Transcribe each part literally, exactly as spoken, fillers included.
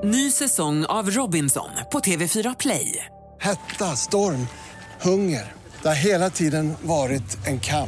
Ny säsong av Robinson på T V fyra Play. Hetta, storm, hunger. Det har hela tiden varit en kamp.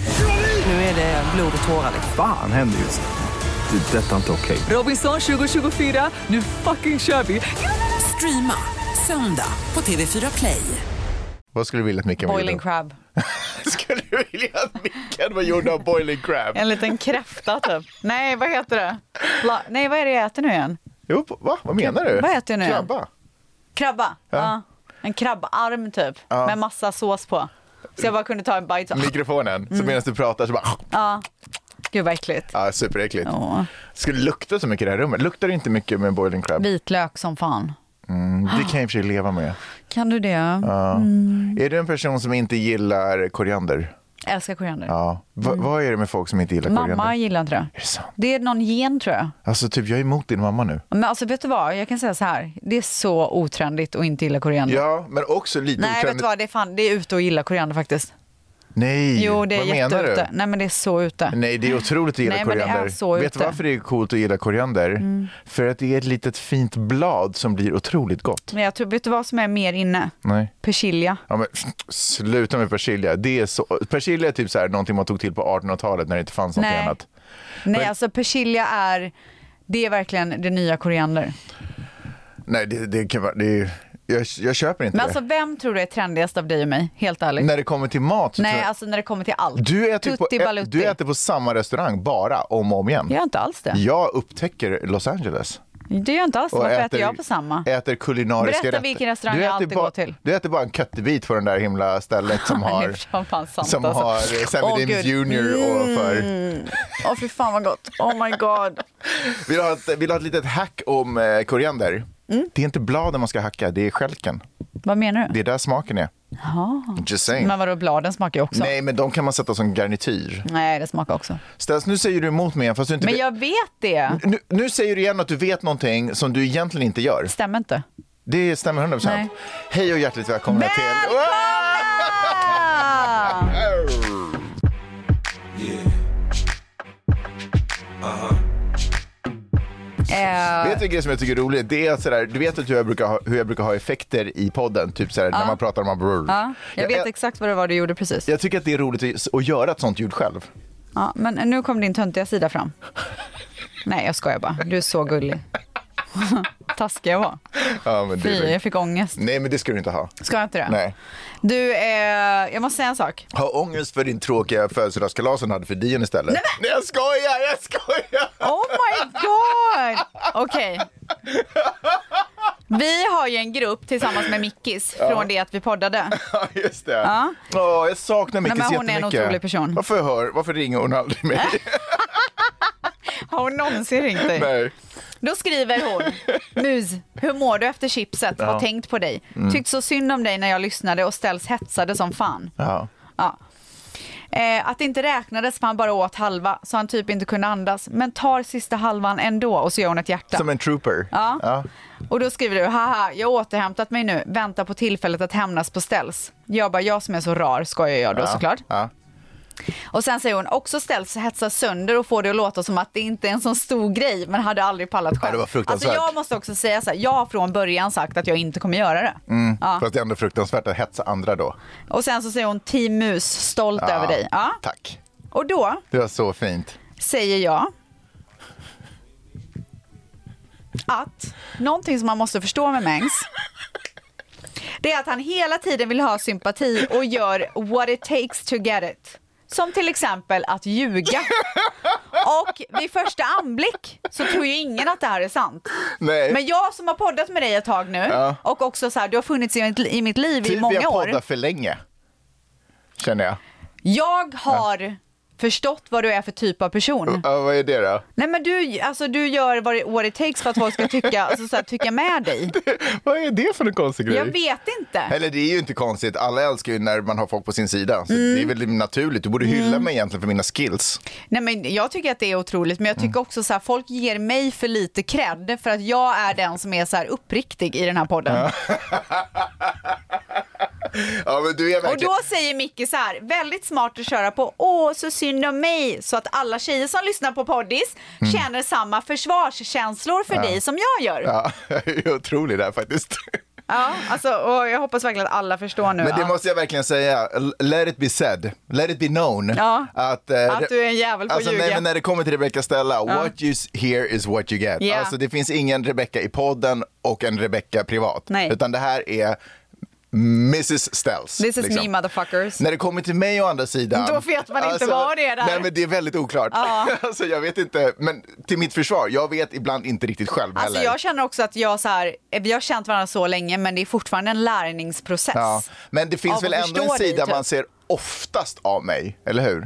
Nu är det blod och tårar. Fan händer just det. Det är detta inte okej. Robinson tjugo tjugofyra, nu fucking kör vi. Streama söndag på T V fyra Play. Vad skulle du vilja att Mickan var Boiling crab. Skulle du vilja att Mickan var gjord av boiling crab? En liten kräfta typ. Nej, vad heter det? La- Nej, vad är det jag äter nu igen? Jo, va? Vad menar du? Vad äter jag nu igen? Krabba? Krabba, ja. Ja. En krabbarm typ, Ja. med massa sås på. Så jag bara kunde ta en bite. Mikrofonen, så medan du pratar så bara... Ja, gud vad äckligt. Ja, superäckligt. Ja. Skulle lukta så mycket i det här rummet? Luktar det inte mycket med boiling crab? Vitlök som fan. Mm, det kan jag i och för sig leva med. Kan du det? Ja. Mm. Är du en person som inte gillar koriander? Jag älskar koriander. Ja. Va, Mm. Vad är det med folk som inte gillar koriander? Mamma gillar inte det. Är det sant? Det är någon gen tror jag. Alltså typ, jag är emot din mamma nu. Men alltså vet du vad, jag kan säga så här. Det är så otrendigt att inte gilla koriander. Ja, men också lite Nej, vet otrendigt. du vad, det är, fan, det är ute att gilla koriander faktiskt. Nej, Jo, det är vad menar jätteute. du? Nej, men det är så ute. Nej, det är otroligt att gilla Nej, men det är koriander. så Vet ute. du varför det är coolt att gilla koriander? Mm. För att det är ett litet fint blad som blir otroligt gott. Men jag tror, vet du vad som är mer inne? Nej. Persilja. Ja, men sluta med persilja. Det är så... Persilja är typ så här någonting man tog till på artonhundratalet när det inte fanns något Nej. annat. Nej, Men- alltså persilja är, det är verkligen det nya koriander. Nej, det, det kan vara... Det är, jag, jag köper inte Men det. alltså vem tror du är trendigast av dig och mig? Helt ärligt. När det kommer till mat så Nej, tror jag... alltså när det kommer till allt. Du äter, Tutti på, balutti. du äter på samma restaurang bara om och om igen. Jag gör inte alls det. Jag upptäcker Los Angeles. Det gör jag inte alls. Varför äter, jag på samma? Äter kulinariska Berätta rätter. vilken restaurang Du jag äter alltid bara, går till. Du äter bara en köttebit på den där himla stället som Det är har, fan fan sant, som alltså. har Sammy Åh, Davis gud. junior ovanför. Mm. Åh fy fan vad gott. Oh my god. Vill du ha ett, vill du ha ett litet hack om eh, koriander? Mm. Det är inte bladen man ska hacka, det är skälken. Vad menar du? Det är där smaken är. Jaha. Just saying. Men vadå, bladen smakar ju också. Nej, men de kan man sätta som garnityr. Nej, det smakar också. Ställs, nu säger du emot mig fast du inte Men vet. jag vet det. Nu, nu säger du igen att du vet någonting som du egentligen inte gör. Stämmer inte. Det stämmer hundra procent. Nej. Hej och hjärtligt välkomna till... Välkomna! Eh, Vet du en grej som jag tycker är roligt? Det är att sådär, du vet att hur jag brukar ha, hur jag brukar ha effekter i podden, typ sådär, när man pratar om brr. ja, jag vet exakt vad det var du gjorde precis. Jag tycker att det är roligt att, att göra ett sånt ljud själv. Ja, men nu kom din töntiga sida fram. Nej, jag skojar bara. Du är så gullig. Taskig jag var. Ja, men det Fy, är... jag fick ångest. Nej, men det ska du inte ha. Ska jag inte det? Nej. Du, eh, jag måste säga en sak. Ha ångest för din tråkiga födelsedagskalas som hade för Dion istället. Nej, men... Nej, jag skojar, jag skojar! Oh my god! Okej. Vi har ju en grupp tillsammans med Mickis från Ja. det att vi poddade. Ja, just det. Ja. Åh, jag saknar Mickis Nej, men hon är en jättemycket. otrolig person. Varför, hör, varför ringer hon aldrig mig? Har hon någonsin ringt dig? Nej. Då skriver hon: Mus, hur mår du efter chipset? Ja. Har tänkt på dig. Mm. Tyckt så synd om dig när jag lyssnade och ställs hetsade som fan. Ja. Ja. Eh, att det inte räknades för han bara åt halva så han typ inte kunde andas. Men tar sista halvan ändå och så gör hon ett hjärta. Som en trooper. Ja. Ja. Och då skriver du: haha, jag har återhämtat mig nu. Väntar på tillfället att hämnas på ställs. Jag bara, jag som är så rar skojar jag då Ja. såklart. Ja. Och sen säger hon också ställs hetsas sönder och får det att låta som att det inte är en sån stor grej men hade aldrig pallat själv. Ja, det var fruktansvärt. Alltså jag måste också säga så här, jag har från början sagt att jag inte kommer göra det. Mm. Ja. Fast det är ändå fruktansvärt att hetsa andra då. Och sen så säger hon Team Mus, stolt Ja, över dig. Ja. tack. Och då Det var så fint. säger jag att någonting som man måste förstå med Mengs, det är att han hela tiden vill ha sympati och gör what it takes to get it. Som till exempel att ljuga. Och vid första anblick så tror ju ingen att det här är sant. Nej. Men jag som har poddat med dig ett tag nu, Ja. och också så här, du har funnits i mitt, i mitt liv Typ i många jag år. poddar för länge. Känner jag. Jag har förstått vad du är för typ av person. Ja, vad är det då? Nej men du, alltså, du gör what it, what it takes för att folk ska tycka, alltså, så här, tycka med dig. Vad är det för en konstig grej? Jag vet inte. Eller det är ju inte konstigt. Alla älskar ju när man har folk på sin sida. Så Mm. det är väl naturligt. Du borde hylla mig egentligen för mina skills. Nej men jag tycker att det är otroligt, men jag tycker också så här, folk ger mig för lite cred för att jag är den som är så här uppriktig i den här podden. Ja, men du är verkligen... Och då säger Micke så här, väldigt smart att köra på, åh så synd om mig, så att alla tjejer som lyssnar på poddis mm. känner samma försvarskänslor för ja. dig som jag gör. Ja, jag är otrolig där faktiskt. Ja, alltså, och jag hoppas verkligen att alla förstår nu. Men det att... måste jag verkligen säga, let it be said, let it be known. Ja, att, uh, att du är en jävel på alltså, ljuga. nej, men när det kommer till Rebecca Stella, ja. what you hear is what you get. Yeah. Alltså det finns ingen Rebecca i podden och en Rebecca privat. Nej. Utan det här är missus Stells. This is liksom. me motherfuckers. När det kommer till mig å andra sidan. Då vet man inte alltså, vad det är där. Nej, men det är väldigt oklart. Ja. alltså, jag vet inte, men till mitt försvar, jag vet ibland inte riktigt själv alltså, heller. jag känner också att jag så här, vi har känt varandra så länge, men det är fortfarande en lärningsprocess. Ja. Men det finns väl ändå en sida dig, man ser oftast av mig, eller hur?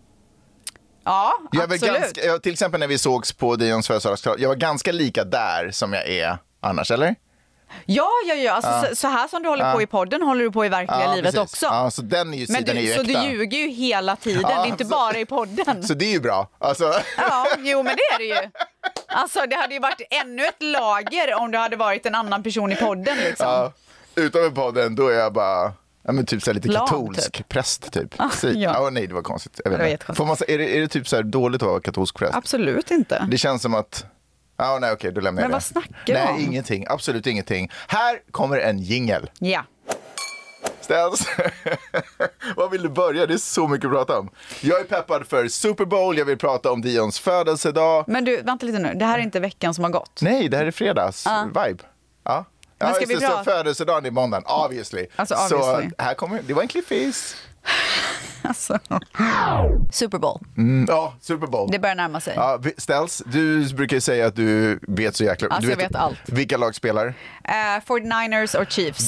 Ja, jag absolut. Ganska, jag, till exempel när vi sågs på Dions födelsedagskväll, jag var ganska lika där som jag är annars, eller? Ja, ja, ja. Alltså, ja. Så, så här som du håller ja. på i podden håller du på i verkliga ja, livet precis. också. Ja, så den är ju, men sidan du, är ju så äkta. du ljuger ju hela tiden, ja, det är inte så, bara i podden. Så det är ju bra. Alltså. Ja, jo men det är det ju. Alltså det hade ju varit ännu ett lager om du hade varit en annan person i podden liksom. Ja, utanför podden då är jag bara... Ja, men typ så här lite Lam, katolsk typ. präst typ. Ah, så, ja. ja, nej, det var konstigt. Jag vet det var inte. Får man, är, det, är det typ så här dåligt att vara katolsk präst? Absolut inte. Det känns som att... Ja, nej, okej, då lämnar jag men det. vad snackar du Nej, om? ingenting. Absolut ingenting. Här kommer en jingle. Ja. Ställs. Vad vill du börja? Det är så mycket att prata om. Jag är peppad för Super Bowl. Jag vill prata om Dions födelsedag. Men du, vänta lite nu. Det här är inte veckan som har gått. Nej, det här är fredags. Uh. Vibe. Ja. Men Ja, ska vi så, prata? så födelsedagen är måndagen, obviously. Alltså, obviously. Så här kommer, det var en cliffis. Alltså. Super Bowl. Mm, ja, Super Bowl. Det börjar närma sig. Ja, Ställs, du brukar ju säga att du vet så jäkla... Alltså, du jag vet allt. Vilka lag spelar? Uh, forty-niners och Chiefs.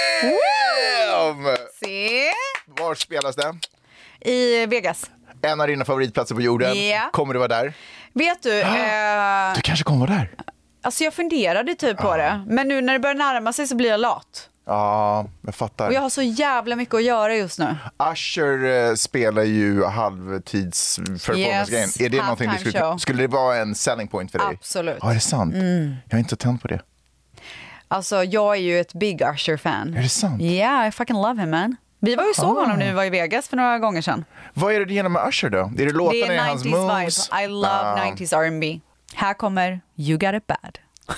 Damn! Se. Var spelas det? I Vegas. En av dina favoritplatser på jorden. Yeah. Kommer du vara där? Vet du... Uh, du kanske kommer vara där. Alltså jag funderade typ på ah. det. Men nu när det börjar närma sig så blir jag lat. Ja, jag fattar. Och jag har så jävla mycket att göra just nu. Usher eh, spelar ju halvtids performance-grejen. Yes, är det någonting du skulle, show. skulle det vara en selling point för dig? Absolut. Ja, är det sant? Mm. Jag har inte tänt på det. Alltså jag är ju ett big Usher-fan. Är det sant? Yeah, I fucking love him, man. Vi var ju såg honom när vi var i Vegas för några gånger sedan. Vad är det du gillar med Usher då? Är det låtarna, Det är hans nineties moves? vibe. I love Ah. nineties R and B. Här kommer You Got It Bad.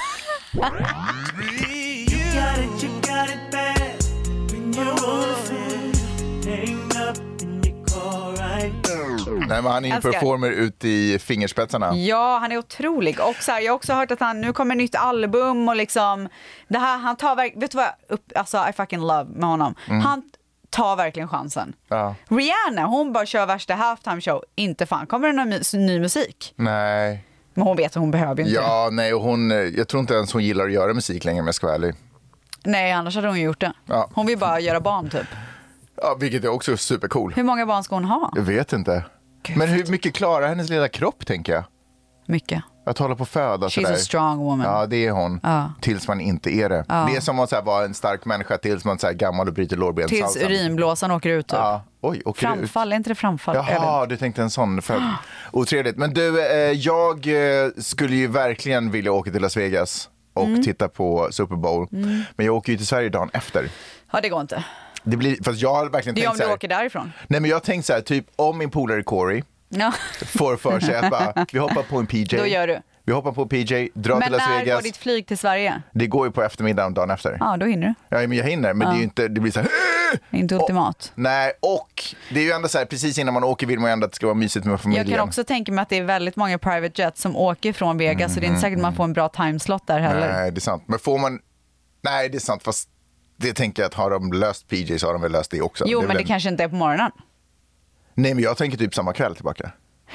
Nej, men han är ju en Älskar. performer ut i fingerspetsarna. Ja, han är otrolig. Och så här, jag har också hört att han nu kommer nytt album och liksom det här, han tar verkligen, vet du vad, upp, alltså I fucking love med honom. Mm. Han tar verkligen chansen. Ja. Rihanna, hon bara kör värsta halftime show. Inte fan, kommer det någon my- ny musik? Nej. Men hon vet att hon behöver ju inte. Ja, nej, och hon, jag tror inte ens hon gillar att göra musik längre, om jag ska vara ärlig. Nej, annars hade hon gjort det. Ja. Hon vill bara göra barn typ. Ja, vilket är också supercool. Hur många barn ska hon ha? Jag vet inte. Gud. Men hur mycket klarar hennes lilla kropp, tänker jag? Mycket. Att hålla på att föda She's sådär. a strong woman. Ja, det är hon. Ja. Tills man inte är det. Ja. Det är som att så här, vara en stark människa tills man är gammal och bryter lårbenshalsen. Tills urinblåsan åker ut typ. Ja. Oj, åker Framfall, är inte det framfall? ut? Jaha, du tänkte en sån. För... Otrevligt. Men du, eh, jag eh, skulle ju verkligen vilja åka till Las Vegas och Mm. titta på Super Bowl. Mm. Men jag åker ju till Sverige dagen efter. Ja, det går inte. Det blir, fast jag har verkligen Det är tänkt om så du här, åker därifrån. nej, men jag har tänkt så här, typ om min polare Corey Ja. får för sig att bara, vi hoppar på en P J. Då gör du. Vi hoppar på P J, drar Men till Las när Vegas. går ditt flyg till Sverige? Det går ju på eftermiddagen dagen efter. Ja, då hinner du. Ja, men jag hinner, men Ja. det är ju inte, det blir så här. Inte ultimat. Nej, och det är ju ändå så här, precis innan man åker vill man ju ändå att det ska vara mysigt med familjen. Jag kan också tänka mig att det är väldigt många private jets som åker från Vegas, Mm, så det är inte säkert att man får en bra timeslot där heller. Nej, det är sant. Men får man, nej det är sant, fast det tänker jag att har de löst P J så har de väl löst det också. Jo, det är men väl det en... kanske inte är på morgonen. Nej, men jag tänker typ samma kväll tillbaka.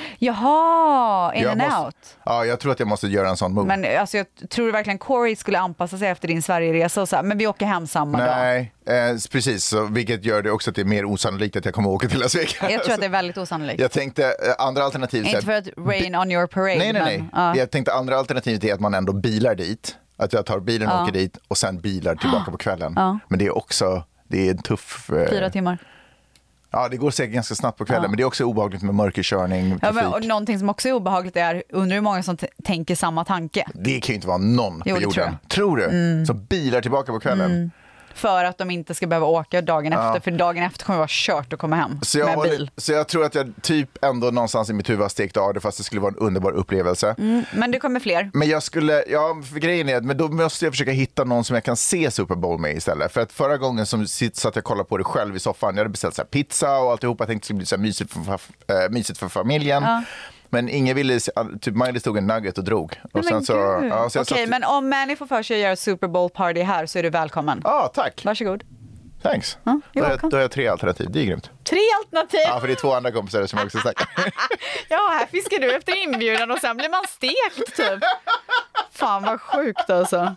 Jaha, in Jag and måste... out. Ja, jag tror att jag måste göra en sån move. Men alltså, jag tror verkligen Corey skulle anpassa sig efter din Sverigeresa och så här, men vi åker hem samma dag. Nej, eh, precis. Så, vilket gör det också att det är mer osannolikt att jag kommer åka till Las Vegas. Jag tror att det är väldigt osannolikt. Jag tänkte eh, andra alternativ. Inte för att rain on your parade. Nej, nej, nej. Men, ja. Jag tänkte andra alternativet är att man ändå bilar dit. Att jag tar bilen och Ja. åker dit och sen bilar tillbaka på kvällen. Ja. Men det är också, det är en tuff... Eh, Fyra timmar. Ja, det går säkert ganska snabbt på kvällen. Ja. Men det är också obehagligt med mörkerkörning, Ja, trafik. men, och någonting som också är obehagligt är, undrar hur många som t- tänker samma tanke. Det kan ju inte vara någon Jo, på det jorden. tror jag. Tror du? Mm. Som bilar tillbaka på kvällen. Mm. För att de inte ska behöva åka dagen ja. efter. För dagen efter kommer det vara kört att komma hem så jag med håller, bil. Så jag tror att jag typ ändå någonstans i mitt huvud har stekt av det, fast det skulle vara en underbar upplevelse. Mm, men det kommer fler. Men jag skulle, ja, för grejen är att men då måste jag försöka hitta någon som jag kan se Super Bowl med istället. För att förra gången som så att jag kollade på det själv i soffan, jag hade beställt så här pizza och alltihopa, jag tänkte att det skulle bli så här mysigt för, äh, mysigt för familjen. Ja. Men ingen ville, typ Miley stod en nugget och drog. Och sen så, ja, så Okej, okay, men om Manny får för sig att göra Super Bowl party här så är du välkommen. Ja, ah, tack. Varsågod. Thanks. Ja, då, har jag, då har jag tre alternativ, det är grymt. Tre alternativ? Ja, för det är två andra kompisar som jag också snackar. Ja, här fiskar du efter inbjudan och sen blir man stekt typ. Fan vad sjukt alltså.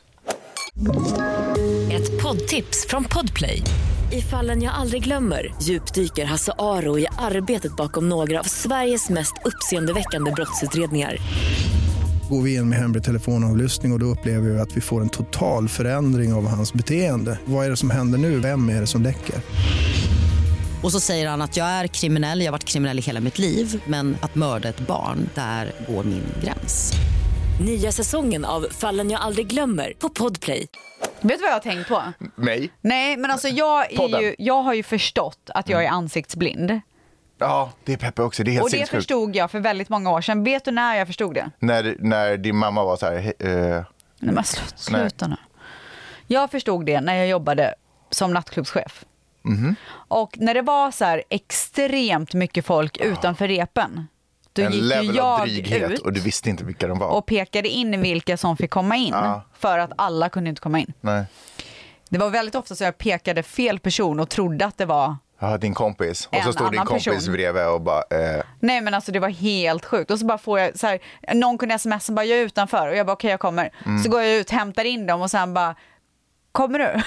Ett poddtips från Podplay. I Fallen jag aldrig glömmer djupdyker Hasse Aro i arbetet bakom några av Sveriges mest uppseendeväckande brottsutredningar. Går vi in med hemlig telefonavlyssning och, och då upplever vi att vi får en total förändring av hans beteende. Vad är det som händer nu? Vem är det som läcker? Och så säger han att jag är kriminell, jag har varit kriminell i hela mitt liv. Men att mörda ett barn, där går min gräns. Nya säsongen av Fallen jag aldrig glömmer på Podplay. Vet du vad jag har tänkt på? Mig? Nej, men alltså jag, är ju, jag har ju förstått att jag är ansiktsblind. Ja, det är Peppe också. Det är helt Och det sinnessjukt. förstod jag för väldigt många år sedan. Vet du när jag förstod det? När, när din mamma var så här... Uh, nej, men slut, sluta nu. Jag förstod det när jag jobbade som nattklubbschef. Mm-hmm. Och när det var så här extremt mycket folk utanför repen. Då en gick level jag av dryghet ut och du visste inte vilka de var. Och pekade in vilka som fick komma in. Ja. För att alla kunde inte komma in. Nej. Det var väldigt ofta så jag pekade fel person och trodde att det var... Ja, din kompis. Och så stod din kompis person bredvid och bara... Eh... Nej, men alltså det var helt sjukt. Och så bara får jag så här, någon kunde smsa bara, jag är utanför. Och jag bara, okej, okay, jag kommer. Mm. Så går jag ut, hämtar in dem och sen bara, kommer du?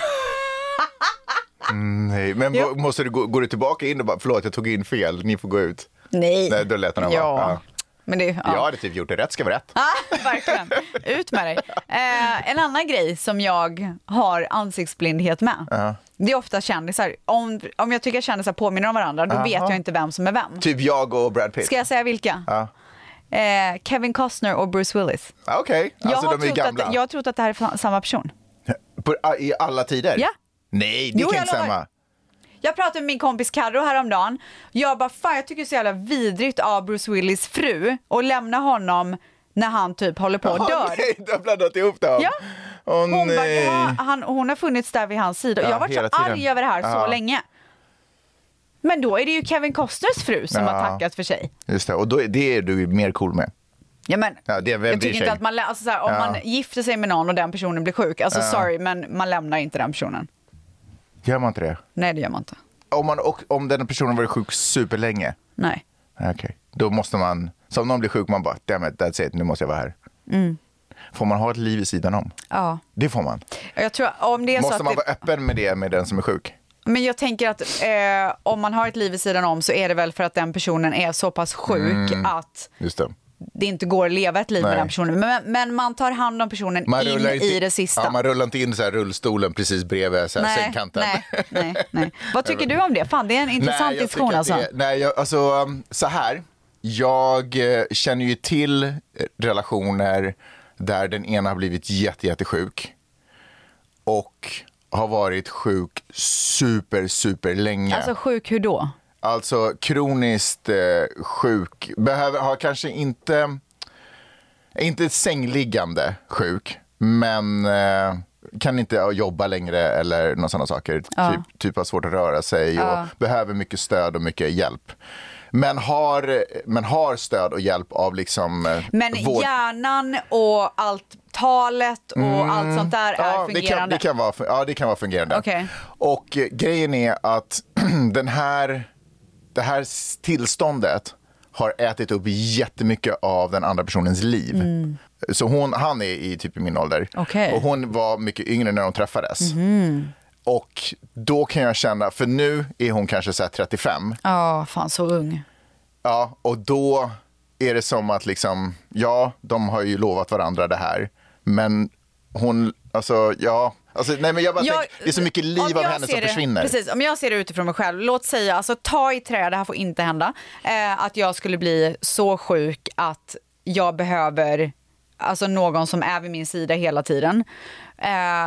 mm, nej, men jo. måste du gå, går du tillbaka in och bara, förlåt, jag tog in fel, ni får gå ut. Nej. Nej, då lät han ja. bara, ja. Men det, ja. Jag hade typ gjort det, rätt ska vara rätt. Ah, verkligen. Ut med dig. Eh, en annan grej som jag har ansiktsblindhet med. Uh-huh. Det är ofta kändisar. Om, om jag tycker kändisar påminner om varandra, då uh-huh. vet jag inte vem som är vem. Typ jag och Brad Pitt. Ska jag säga vilka? Uh-huh. Eh, Kevin Costner och Bruce Willis. Okej, okay. Alltså de är gamla. Att, jag har trott att det här är samma person. På, I alla tider? Ja. Nej, det jo, kan inte stämma. Jag pratade med min kompis Carro häromdagen. Jag bara, fan jag tycker det är så jävla vidrigt av Bruce Willis fru och lämna honom när han typ håller på att dö. Nej, du har blandat ihop det. Ja. Oh, hon, nej. Bara, han, hon har funnits där vid hans sida. Ja, jag har varit så tiden. arg över det här ja. så länge. Men då är det ju Kevin Costners fru som ja. har tackat för sig. Just det, och då, det är du mer cool med. Ja, men ja, det är jag tycker inte att man, alltså, så här, om ja. man gifter sig med någon och den personen blir sjuk, alltså ja. sorry, men man lämnar inte den personen. Gör man inte det? Nej, det gör man inte. Om, man, och, om den personen varit sjuk superlänge? Nej. Okej, okay. Då måste man, så om någon blir sjuk, man bara, damn it, that's it, nu måste jag vara här. Mm. Får man ha ett liv i sidan om? Ja. Det får man. Jag tror, om det är måste så man att vara det... öppen med det med den som är sjuk? Men jag tänker att eh, om man har ett liv i sidan om så är det väl för att den personen är så pass sjuk mm. att Just det. det inte går att leva ett liv Nej. med den personen. Men, men man tar hand om personen man in inte, i det sista. Ja, man rullar inte in så här rullstolen precis bredvid så här nej, sängkanten. Nej, nej, nej. Vad tycker du om det? Fan, det är en intressant nej, diskussion alltså. Det, nej, jag, alltså så här. Jag känner ju till relationer där den ena har blivit jätte, jättesjuk och har varit sjuk super, super länge. Alltså sjuk hur då? Alltså kroniskt eh, sjuk. Behöver, har kanske inte, inte sängliggande sjuk, men eh, kan inte jobba längre eller några sådana saker. Ja. Typ, typ har svårt att röra sig och ja. behöver mycket stöd och mycket hjälp. Men har, men har stöd och hjälp av liksom... Men vård. Hjärnan och allt talet och mm. allt sånt där är ja, fungerande? Det kan, det kan vara, ja, det kan vara fungerande. Okay. Och eh, grejen är att den här, det här tillståndet har ätit upp jättemycket av den andra personens liv. Mm. Så hon, han är i typ i min ålder. Okay. Och hon var mycket yngre när de träffades. Mm. Och då kan jag känna, för nu är hon kanske så här trettiofem. Ja, oh, fan så ung. Ja, och då är det som att liksom, ja, de har ju lovat varandra det här. Men hon, alltså, ja, alltså, nej men jag bara jag, tänker, det är så mycket liv av henne som det, försvinner. Precis, om jag ser det utifrån mig själv, låt säga, alltså ta i trä, det här får inte hända. Eh, att jag skulle bli så sjuk att jag behöver, alltså någon som är vid min sida hela tiden. Eh,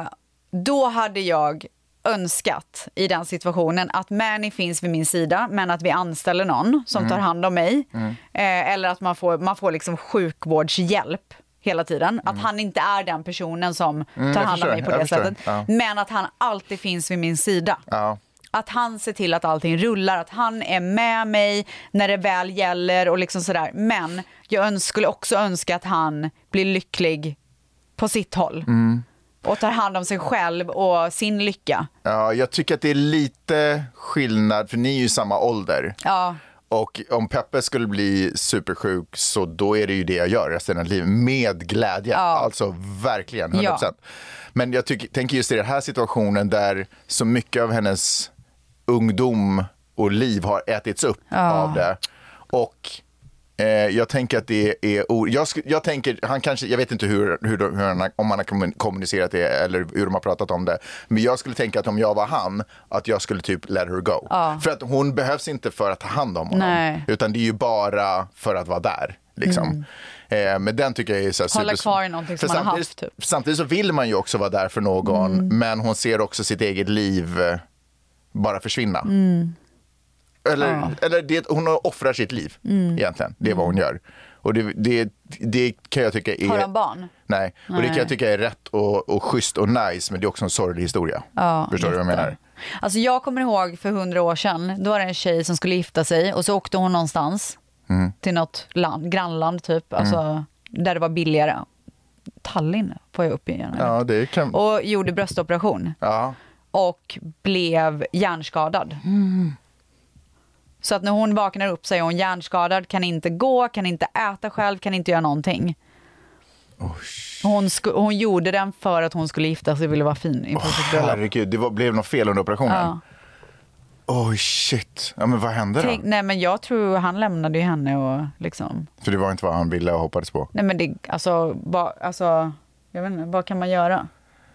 då hade jag önskat i den situationen att Manny finns vid min sida, men att vi anställer någon som mm. tar hand om mig. Mm. Eh, eller att man får, man får liksom sjukvårdshjälp hela tiden. Mm. Att han inte är den personen som mm, tar hand om mig på det sättet. Ja. Men att han alltid finns vid min sida. Ja. Att han ser till att allting rullar. Att han är med mig när det väl gäller och liksom sådär. Men jag skulle också önska att han blir lycklig på sitt håll. Mm. Och tar hand om sig själv och sin lycka. Ja, jag tycker att det är lite skillnad, för ni är ju samma ålder. Ja. Och om Peppe skulle bli supersjuk, så då är det ju det jag gör resten av livet. Med glädje, ja. Alltså verkligen, hundra procent. Ja. Men jag tycker, tänker just i den här situationen där så mycket av hennes ungdom och liv har ätits upp ja. Av det. Och eh, jag tänker att det är... O- jag, sk- jag tänker, han kanske, jag vet inte hur, hur, hur han, om han har kommunicerat det eller hur de har pratat om det. Men jag skulle tänka att om jag var han, att jag skulle typ let her go. Ja. För att hon behövs inte för att ta hand om honom. Nej. Utan det är ju bara för att vara där. Liksom. Mm. Eh, men den tycker jag är så här hålla super... kvar i någonting som man har haft. Typ. Samtidigt så vill man ju också vara där för någon. Mm. Men hon ser också sitt eget liv eh, bara försvinna. Mm. Eller, ja. eller det, hon offrar sitt liv mm. egentligen. Det är vad hon gör. Och det, det, det kan jag tycka är... Har han barn? Nej. Och Nej. Det kan jag tycka är rätt och, och schysst och nice. Men det är också en sorglig historia. Ja, förstår du vad jag menar? Alltså jag kommer ihåg för hundra år sedan. Då var det en tjej som skulle gifta sig. Och så åkte hon någonstans. Mm. Till något land, grannland typ. Alltså, mm. där det var billigare. Tallinn får jag upp igen. Ja, det kan... Och gjorde bröstoperation. Ja. Och blev hjärnskadad. Mm. Så att när hon vaknar upp så är hon hjärnskadad, kan inte gå, kan inte äta själv, kan inte göra någonting. Oh, hon, sku- hon gjorde den för att hon skulle gifta sig och ville vara fin inför sitt bröllop. Herregud, det var, blev något fel under operationen? Ja. Oh shit, ja, men vad hände då? Tänk, nej men jag tror han lämnade ju henne och liksom... För det var inte vad han ville och hoppades på? Nej men det, alltså, ba, alltså jag vet inte, vad kan man göra?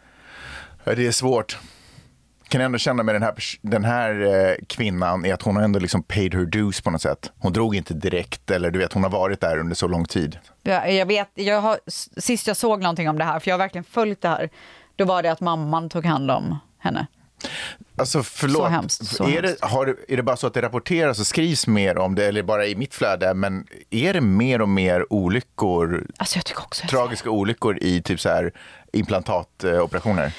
Ja, det är svårt. Kan jag ändå känna med den här, den här eh, kvinnan är att hon har ändå liksom paid her dues på något sätt. Hon drog inte direkt, eller du vet, hon har varit där under så lång tid. Ja, jag vet, jag har, sist jag såg någonting om det här, för jag har verkligen följt det här, då var det att mamman tog hand om henne. Alltså förlåt, så hemskt, så är, det, har, är det bara så att det rapporteras och skrivs mer om det, eller bara i mitt flöde, men är det mer och mer olyckor, alltså jag tycker också tragiska olyckor i typ så här implantatoperationer?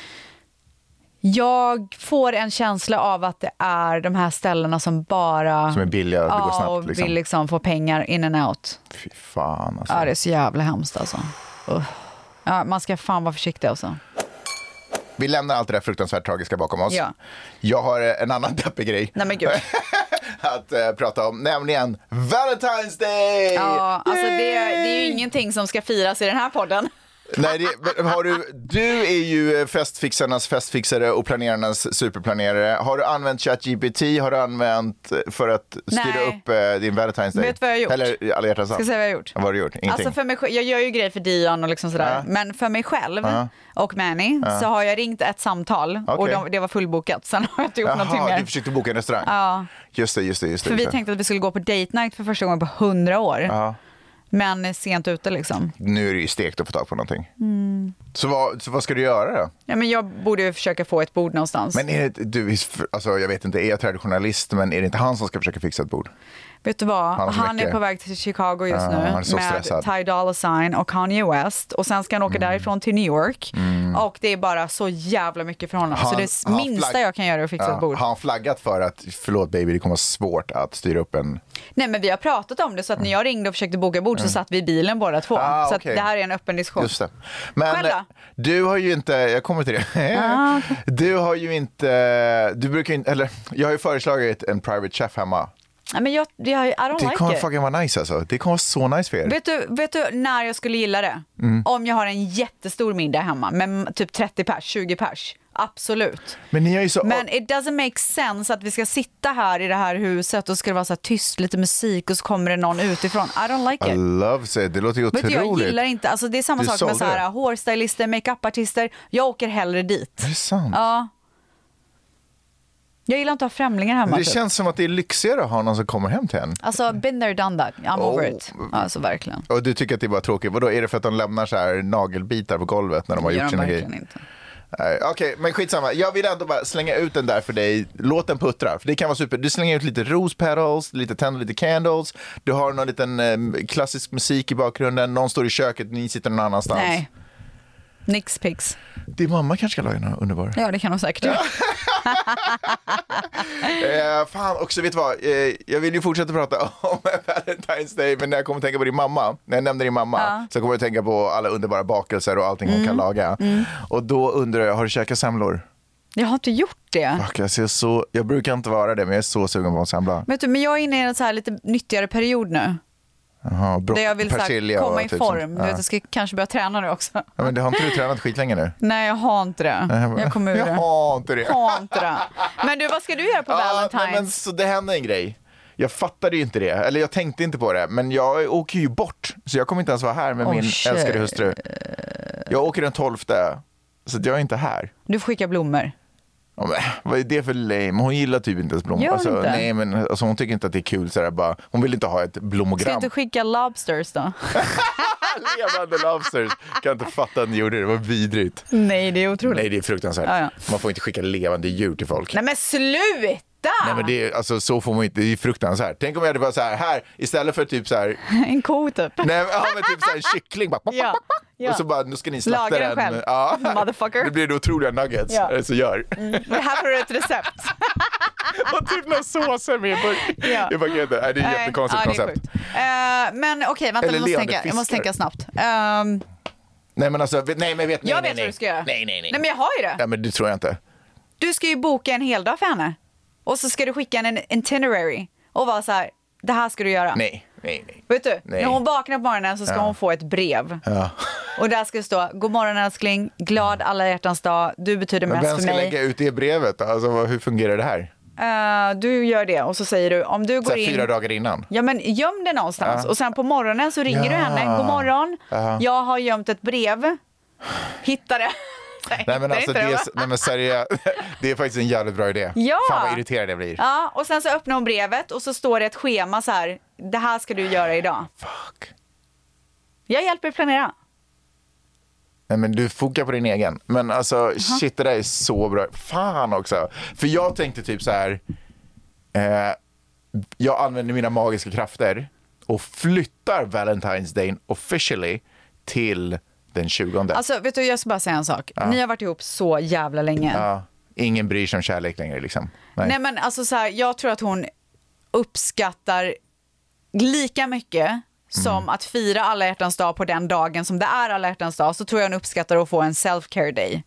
Jag får en känsla av att det är de här ställena som bara... Som är billiga, det ja, går snabbt. Och liksom. vill liksom få pengar in and out. Fy fan alltså. Ja, det är så jävla hemskt alltså. Uh. Ja, man ska fan vara försiktig alltså. Vi lämnar allt det där fruktansvärt tragiska bakom oss. Ja. Jag har en annan deppig grej. Nej men gud. att uh, prata om, nämligen Valentine's Day! Ja, alltså det, det är ju ingenting som ska firas i den här podden. Nej, det, har du, du är ju festfixarnas festfixare och planerarnas superplanerare. Har du använt ChatGPT? Har du använt för att styra Nej. upp eh, din Valentine's Day? Vet vad jag har gjort? Eller alla hjärtans. Ska jag säga vad jag har gjort? Vad har du gjort? Ingenting. Alltså för mig, jag gör ju grejer för Dion och liksom sådär. Ja. Men för mig själv ja. och Manny ja. så har jag ringt ett samtal okay. och de, det var fullbokat. Sen har jag inte gjort Jaha, någonting mer. Du försökte boka en restaurang? Ja. Just det, just det. Just det för just vi tänkte att vi skulle gå på date night för första gången på hundra år. Ja. Men sent ute liksom. Nu är det ju stekt att få tag på någonting. Mm. Så, vad, så vad ska du göra då? Ja, men jag borde ju försöka få ett bord någonstans. Men är det, du, alltså, jag vet inte, är jag traditionalist, men är det inte han som ska försöka fixa ett bord? Vet du vad? Han, han är på väg till Chicago just uh, nu med stressad. Ty Dolla Sign och Kanye West. Och sen ska han åka mm. därifrån till New York. Mm. Och det är bara så jävla mycket för honom. Han, så det minsta flagg- jag kan göra är att fixa uh, ett bord. Har han flaggat för att, förlåt baby, det kommer vara svårt att styra upp en... Nej, men vi har pratat om det, så att när jag ringde och försökte boka bord så satt vi i bilen båda två. Ah, så okay. att det här är en öppen diskussion. Just det. Men Själv då? Du har ju inte, jag kommer till det. Ah, okay. Du har ju inte, du brukar inte, eller jag har ju föreslagit en private chef hemma. Ja, men jag, jag, I don't det like kommer it. fucking vara nice alltså. Det kommer vara så nice för er. Vet du, vet du när jag skulle gilla det? Mm. Om jag har en jättestor middag hemma med typ trettio pers, tjugo pers. Absolut. Men, ni är ju så... Men it doesn't make sense att vi ska sitta här i det här huset och ska det vara så här tyst, lite musik och så kommer det någon utifrån. I don't like it. I love it. Det låter ju otroligt. Vet du, jag gillar inte. Alltså, det är samma du sak med så här hårstylister, makeupartister. Jag åker hellre dit. Är det sant? Ja. Jag gillar inte att ha främlingar hemma. Det typ. känns som att det är lyxigare att ha någon som kommer hem till en. Alltså, been there, done that. I'm oh. over it. Alltså, verkligen. Och du tycker att det är bara tråkigt. Vadå, är det för att de lämnar så här nagelbitar på golvet när de har det gjort sina grejer? Inte. Okej, okay, men skitsamma. Jag vill ändå bara slänga ut den där för dig. Låt den puttra, för det kan vara super. Du slänger ut lite rose petals, lite tänder, lite candles. Du har någon liten eh, klassisk musik i bakgrunden. Någon står i köket, ni sitter någon annanstans. Nej. Nix pix. Din mamma kanske ska laga något underbar. Ja, det kan hon säkert göra. eh, fan, också vet du vad? Eh, jag vill ju fortsätta prata om Valentine's Day, men när jag kommer att tänka på din mamma, när jag nämnde din mamma, ja. så kommer jag att tänka på alla underbara bakelser och allting mm. hon kan laga. Mm. Och då undrar jag, har du käkat semlor? Jag har inte gjort det. Fuck, jag, ser så, jag brukar inte vara det, men jag är så sugen på en semla. Vet du, men jag är inne i en så här lite nyttigare period nu. Aha, bro- där jag vill så här, komma i typ form. Som, du vet, jag ska kanske börja träna nu också. Ja, men det har inte du tränat skitlänge nu? Nej, jag har inte det. Jag, jag kommer ur jag det. har inte det. Har inte det. Men du, vad ska du göra på ja, Valentine's? Nej, men så det hände en grej. Jag fattade ju inte det. Eller jag tänkte inte på det. Men jag åker ju bort. Så jag kommer inte ens vara här med oh, min shit. älskade hustru. Jag åker den tolfte. Så jag är inte här. Du får skicka blommor. Ja, men, vad är det för lame?On gillar typ inte ens blommor. Gör alltså, inte? Nej, men alltså, hon tycker inte att det är kul så där, bara, hon vill inte ha ett blommogram. Ska du inte skicka lobsters då? Levande lobsters. Kan inte fatta att ni gjorde det. Det var vidrigt. Nej, det är otroligt. Nej, det är fruktansvärt. Ja, ja. Man får inte skicka levande djur till folk. Nej, men sluta! Nej, men det är, alltså, så får man inte, det är fruktansvärt. Tänk om jag hade varit så här, här istället för typ så här en ko typ. Nej, ja, men typ så här en kyckling bara, ja, ja. och så bara, nu ska ni slakta Laga den. själv. Ja. Motherfucker. Det blir det otroliga nuggets. Ja. Så gör. Mm. Det här får du ett recept. Och typ någon såser med på. Ja. Det är bara inte. Nej, det är ett jättekonstigt ja, det är koncept. Uh, men okej, okay, vänta, jag måste, tänka, jag måste tänka snabbt. Um, nej, men alltså, nej, men vet, nej, jag nej, vet nej. vad du ska göra. Nej, nej, nej. Nej, men jag har ju det. Ja, men det tror jag inte. Du ska ju boka en hel dag för henne. Och så ska du skicka en itinerary och vara så här, det här ska du göra. Nej, nej, nej. Vet du, nej. när hon vaknar på morgonen så ska ja. hon få ett brev. Ja. Och där ska det stå, god morgon älskling, glad alla hjärtans dag, du betyder men mest för mig. Men vem ska lägga ut det brevet? Alltså, hur fungerar det här? Uh, du gör det och så säger du, om du går så in... fyra dagar innan? Ja, men göm det någonstans. Ja. Och sen på morgonen så ringer ja. du henne, god morgon, ja. jag har gömt ett brev. Hitta det. Nej, men alltså, det är, nej, men seriöst, det är faktiskt en jävligt bra idé. Ja. Fan vad irriterad jag blir. Ja, och sen så öppnar hon brevet och så står det ett schema så här, det här ska du göra idag. Fuck. Jag hjälper dig planera. Nej, men du fokar på din egen. Men alltså, uh-huh. shit, det där är så bra. Fan också. För jag tänkte typ så här, eh, jag använder mina magiska krafter och flyttar Valentine's Day officially till den tjugonde. Alltså, vet du, jag ska bara säga en sak. Ja. Ni har varit ihop så jävla länge. Ja. Ingen bryr sig om kärlek längre liksom. Nej, Nej men alltså så här, jag tror att hon uppskattar lika mycket mm. som att fira alla hjärtans dag på den dagen som det är alla hjärtans dag, så tror jag hon uppskattar att få en self-care day.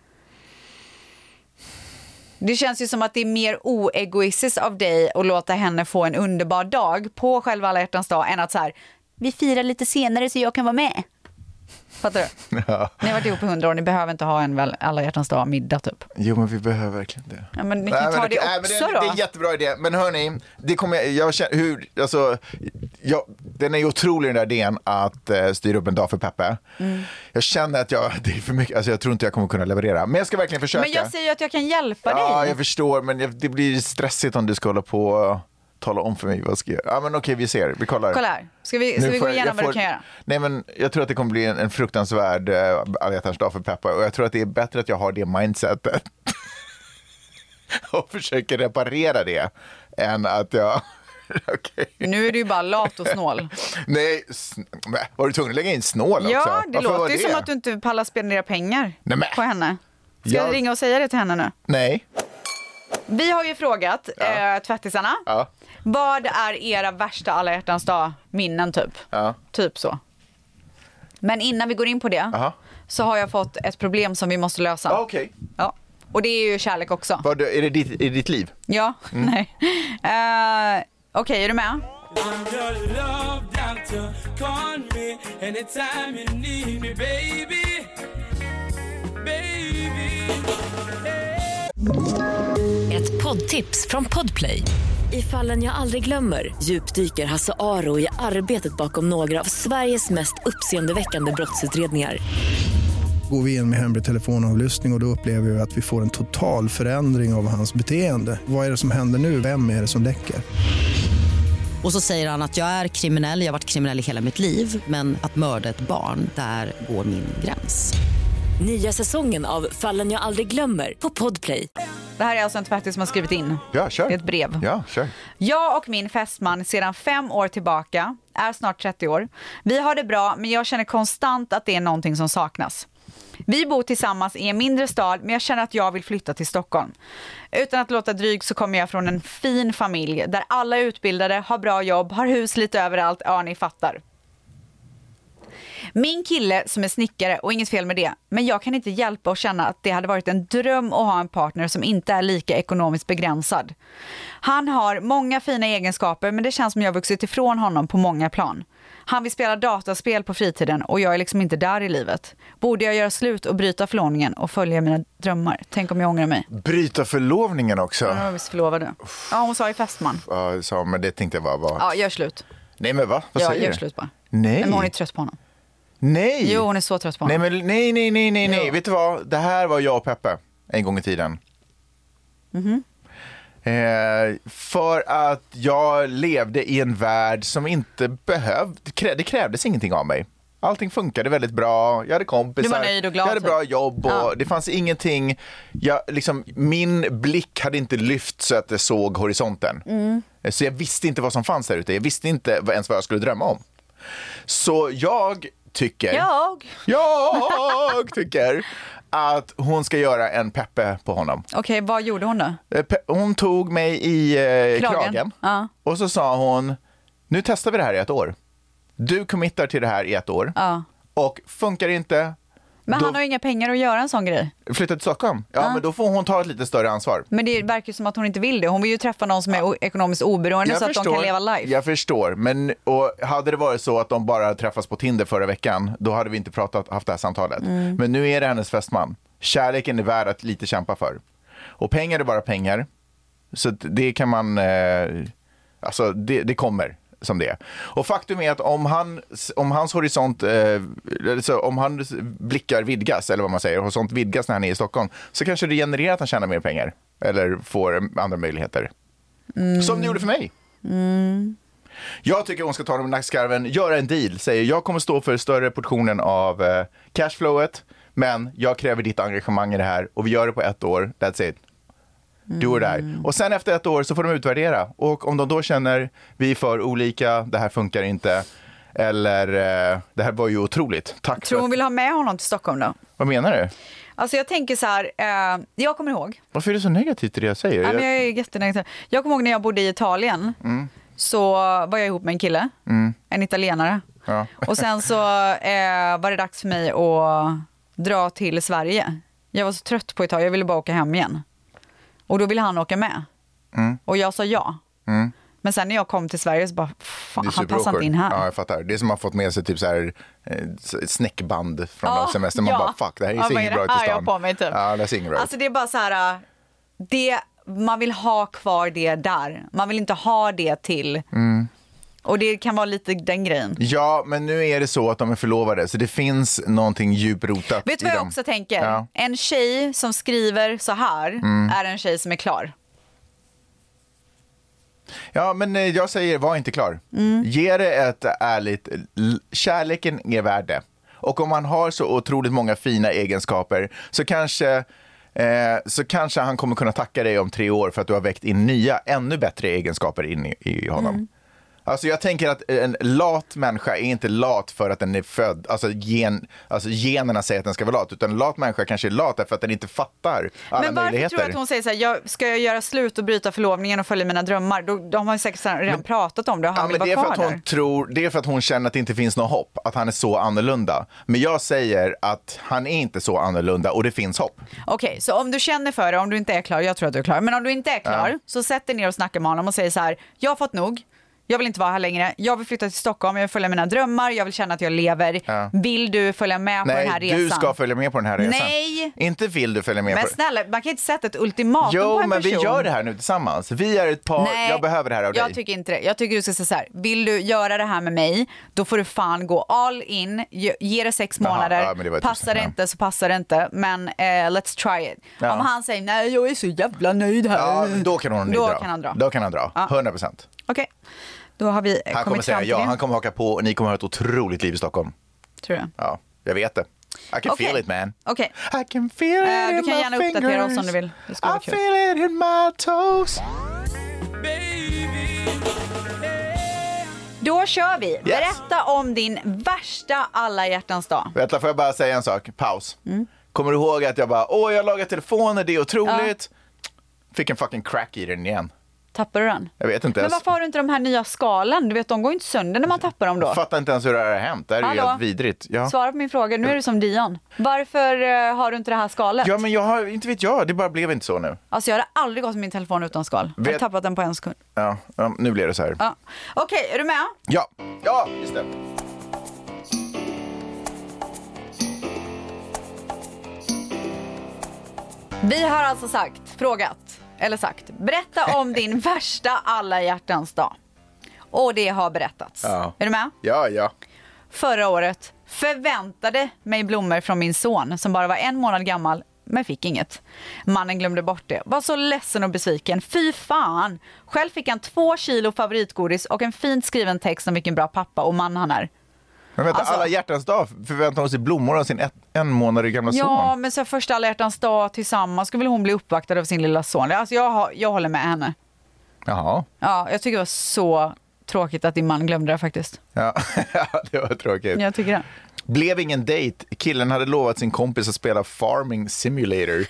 Det känns ju som att det är mer oegoistiskt av dig att låta henne få en underbar dag på själva alla hjärtans dag än att så här, vi firar lite senare så jag kan vara med. Fattar du? Ja. Ni har varit ihop i hundra år, ni behöver inte ha en väl alla hjärtans dag middag typ. Jo, men vi behöver verkligen det. Ja, men ni kan nej, ta men, det nej, också men det, då. det är en jättebra idé. Men hörni, det kommer jag, jag känner, hur, alltså, jag, den är ju otrolig den där idén att uh, styra upp en dag för Peppe. Mm. Jag känner att jag, det är för mycket, alltså jag tror inte jag kommer kunna leverera. Men jag ska verkligen försöka. Men jag säger ju att jag kan hjälpa ja, dig. Ja, jag förstår, men jag, det blir stressigt om du ska hålla på och tala om för mig vad jag ska göra. Ja, men okej, vi ser. Vi kollar. Kolla här. Ska vi, ska vi gå igenom vad får, du kan göra? Nej, men jag tror att det kommer bli en, en fruktansvärd uh, alla hjärtans dag för Peppa. Och jag tror att det är bättre att jag har det mindsetet och försöker reparera det än att jag... okay. Nu är du ju bara lat och snål. Nej, sn- var du tvungen att lägga in snål också? Ja, det Varför låter ju det? som att du inte pallar spendera pengar Nej, men. på henne. Ska jag... jag ringa och säga det till henne nu? Nej. Vi har ju frågat ja. äh, tvättisarna. Ja. Vad är era värsta alla hjärtans dag minnen typ? Ja. Typ så. Men innan vi går in på det Aha. så har jag fått ett problem som vi måste lösa. Ah, okej. Okay. Ja. Och det är ju kärlek också. Vad, är det ditt, är det ditt liv? Ja, mm. nej. Uh, Okej, okay, är du med? Ett poddtips från Podplay. I Fallen jag aldrig glömmer djupdyker Hasse Aro i arbetet bakom några av Sveriges mest uppseendeväckande brottsutredningar. Går vi in med hemlig telefonavlyssning och, och då upplever vi att vi får en total förändring av hans beteende. Vad är det som händer nu? Vem är det som läcker? Och så säger han att jag är kriminell, jag har varit kriminell i hela mitt liv. Men att mörda ett barn, där går min gräns. Nya säsongen av Fallen jag aldrig glömmer på Podplay. Det här är alltså en tvättis som har skrivit in. Ja, kör. Det är ett brev. Ja, kör. Jag och min fästman sedan fem år tillbaka är snart trettio år. Vi har det bra, men jag känner konstant att det är någonting som saknas. Vi bor tillsammans i en mindre stad, men jag känner att jag vill flytta till Stockholm. Utan att låta dryg så kommer jag från en fin familj där alla är utbildade, har bra jobb, har hus lite överallt. Ja, ni fattar. Min kille som är snickare, och inget fel med det, men jag kan inte hjälpa att känna att det hade varit en dröm att ha en partner som inte är lika ekonomiskt begränsad. Han har många fina egenskaper, men det känns som jag har vuxit ifrån honom på många plan. Han vill spela dataspel på fritiden och jag är liksom inte där i livet. Borde jag göra slut och bryta förlovningen och följa mina drömmar? Tänk om jag ångrar mig. Bryta förlovningen också? Ja, visst förlovade. Ja, hon sa i fästman. Ja, så, men det tänkte jag bara var... Ja, gör slut. Nej, men va? Vad ja, säger gör du? slut bara. Nej. Men hon är trött på honom. Nej. Jo, hon är så trött på honom. Nej, men, nej, nej, nej, nej, nej. Vet du vad? Det här var jag och Peppe en gång i tiden. Mhm. Eh, för att jag levde i en värld som inte behövde, det krävdes ingenting av mig. Allting funkade väldigt bra, jag hade kompisar, du var nöjd och glad, jag hade bra jobb och ja. Det fanns ingenting, jag, liksom, min blick hade inte lyft så att jag såg horisonten. Mm. Så jag visste inte vad som fanns där ute, jag visste inte ens vad jag skulle drömma om. Så jag tycker, jag, jag tycker att hon ska göra en peppe på honom. Okej, okay, vad gjorde hon då? Hon tog mig i eh, kragen, kragen. Ja. Och så sa hon, nu testar vi det här i ett år. Du committar till det här i ett år. Ja. Och funkar inte... Men då... han har ju inga pengar att göra en sån grej. Flytta till Stockholm? Ja, ja, men då får hon ta ett lite större ansvar. Men det verkar som att hon inte vill det. Hon vill ju träffa någon som är ja. ekonomiskt oberoende jag så förstår, att de kan leva life. Jag förstår, men och hade det varit så att de bara träffas på Tinder förra veckan, då hade vi inte pratat, haft det här samtalet. Mm. Men nu är det hennes fästman. Kärleken är värd att lite kämpa för. Och pengar är bara pengar. Så det kan man... Eh, alltså, det, det kommer som det. Och faktum är att om, han, om hans horisont, eh, alltså om hans blickar vidgas, eller vad man säger, horisont vidgas när han är i Stockholm, så kanske det genererar att han tjänar mer pengar. Eller får andra möjligheter. Mm. Som det gjorde för mig. Mm. Jag tycker hon ska ta dem i nackskarven, göra en deal. Säger, jag kommer stå för större portionen av eh, cashflowet, men jag kräver ditt engagemang i det här. Och vi gör det på ett år, that's it. Du är där. Och sen efter ett år så får de utvärdera. Och om de då känner vi är för olika, det här funkar inte, eller eh, det här var ju otroligt. Tack. Tror hon för... vill ha med honom till Stockholm då? Vad menar du? Alltså jag tänker så här, eh, jag kommer ihåg. Varför är det så negativt till det jag säger? Ja, men jag är jättenegativ. Jag kommer ihåg när jag bodde i Italien. Mm. Så var jag ihop med en kille, mm. en italienare. Ja. Och sen så eh, var det dags för mig att dra till Sverige. Jag var så trött på Italien, jag ville bara åka hem igen. Och då ville han åka med. Mm. Och jag sa ja. Mm. Men sen när jag kom till Sverige så bara, fan, han passar inte in här. Ja, jag fattar. Det är som att man fått med sig typ så här eh, snäckband från oh, semester. Man ja. bara, fuck, det här är ja, inget bra ut i stan. På mig, typ. Ja, det är inget bra. Alltså det är bara så här, det, man vill ha kvar det där. Man vill inte ha det till... Mm. Och det kan vara lite den grejen. Ja, men nu är det så att de är förlovade. Så det finns någonting djuprotat. Vet du vad jag dem. också tänker? Ja. En tjej som skriver så här mm. är en tjej som är klar. Ja, men jag säger, var inte klar. Mm. Ge det ett ärligt... Kärleken är värd det. Och om man har så otroligt många fina egenskaper så kanske... Eh, så kanske han kommer kunna tacka dig om tre år för att du har väckt in nya, ännu bättre egenskaper in i, i honom. Mm. Alltså jag tänker att en lat människa är inte lat för att den är född, alltså, gen, alltså generna säger att den ska vara lat, utan en lat människa kanske är lat för att den inte fattar alla möjligheter. Men varför möjligheter. tror du att hon säger så här, jag, ska jag göra slut och bryta förlovningen och följa mina drömmar? Då, de har ju säkert redan men, pratat om det och han ja, vill men vara det är kvar för att hon där. tror, det är för att hon känner att det inte finns något hopp, att han är så annorlunda. Men jag säger att han är inte så annorlunda och det finns hopp. Okej, okay, så om du känner för det, om du inte är klar, jag tror att du är klar, men om du inte är klar ja. så sätt dig ner och snacka med honom och säg så här, jag har fått nog. Jag vill inte vara här längre. Jag vill flytta till Stockholm. Jag vill följa mina drömmar. Jag vill känna att jag lever. Ja. Vill du följa med Nej, på den här resan? Nej, du ska följa med på den här resan. Nej. Inte vill du följa med men på Men snälla, man kan inte sätta ett ultimatum jo, på en men person. Vi gör det här nu tillsammans. Vi är ett par. Nej, jag behöver det här av dig. Jag tycker inte det. Jag tycker du ska säga så här. Vill du göra det här med mig, då får du fan gå all in. Ge, ge det sex månader. Aha, ja, det passar det ja. inte så passar det inte. Men uh, let's try it. Ja. Om han säger, nej jag är så jävla nöjd här. Ja, då kan, hon då dra. kan han dra. Då kan han dra. Ja. hundra procent. Okej. Okay. Då har vi han kommer säga ja, han kommer haka på och ni kommer ha ett otroligt liv i Stockholm. Tror du? Ja, jag vet det. I can okay. feel it, man. Okej. I can feel it uh, in Du kan my gärna fingers. uppdatera oss om du vill. Det skulle I vara kul. feel it in my toes. Då kör vi. Yes. Berätta om din värsta alla hjärtans dag. Vänta, får jag bara säga en sak? Paus. Mm. Kommer du ihåg att jag bara, åh jag lagar telefoner, det är otroligt. Ja. Fick en fucking crack i den igen. Tappar du den? Jag vet inte Men ens. varför har du inte de här nya skalen? Du vet, de går inte sönder när man tappar dem då. Jag fattar inte ens hur det här har hänt. Det här är ju helt vidrigt. Ja. Svara på min fråga. Nu är du som Dion. Varför uh, har du inte det här skalet? Ja, men jag har, inte vet jag. Det bara blev inte så nu. Alltså jag hade aldrig gått med min telefon utan skal. Vet... Jag har tappat den på en sekund. Ja, ja nu blir det så här. Ja. Okej, okay, är du med? Ja, ja, just det. Vi har alltså sagt, frågat, eller sagt, berätta om din värsta alla hjärtans dag. Och det har berättats. Ja. Är du med? Ja, ja. Förra året förväntade mig blommor från min son som bara var en månad gammal, men fick inget. Mannen glömde bort det. Var så ledsen och besviken. Fy fan! Själv fick han två kilo favoritgodis och en fint skriven text om vilken bra pappa och man han är. Men vänta, alltså, alla hjärtans dag förväntar hon sig blommor av sin ett, en månad gamla ja, son. Ja, men så första alla hjärtans dag tillsammans skulle väl hon bli uppvaktad av sin lilla son. Alltså jag, jag håller med henne. Jaha. Ja, jag tycker det var så tråkigt att din man glömde det faktiskt. Ja, det var tråkigt. Jag tycker det. Blev ingen dejt. Killen hade lovat sin kompis att spela Farming Simulator.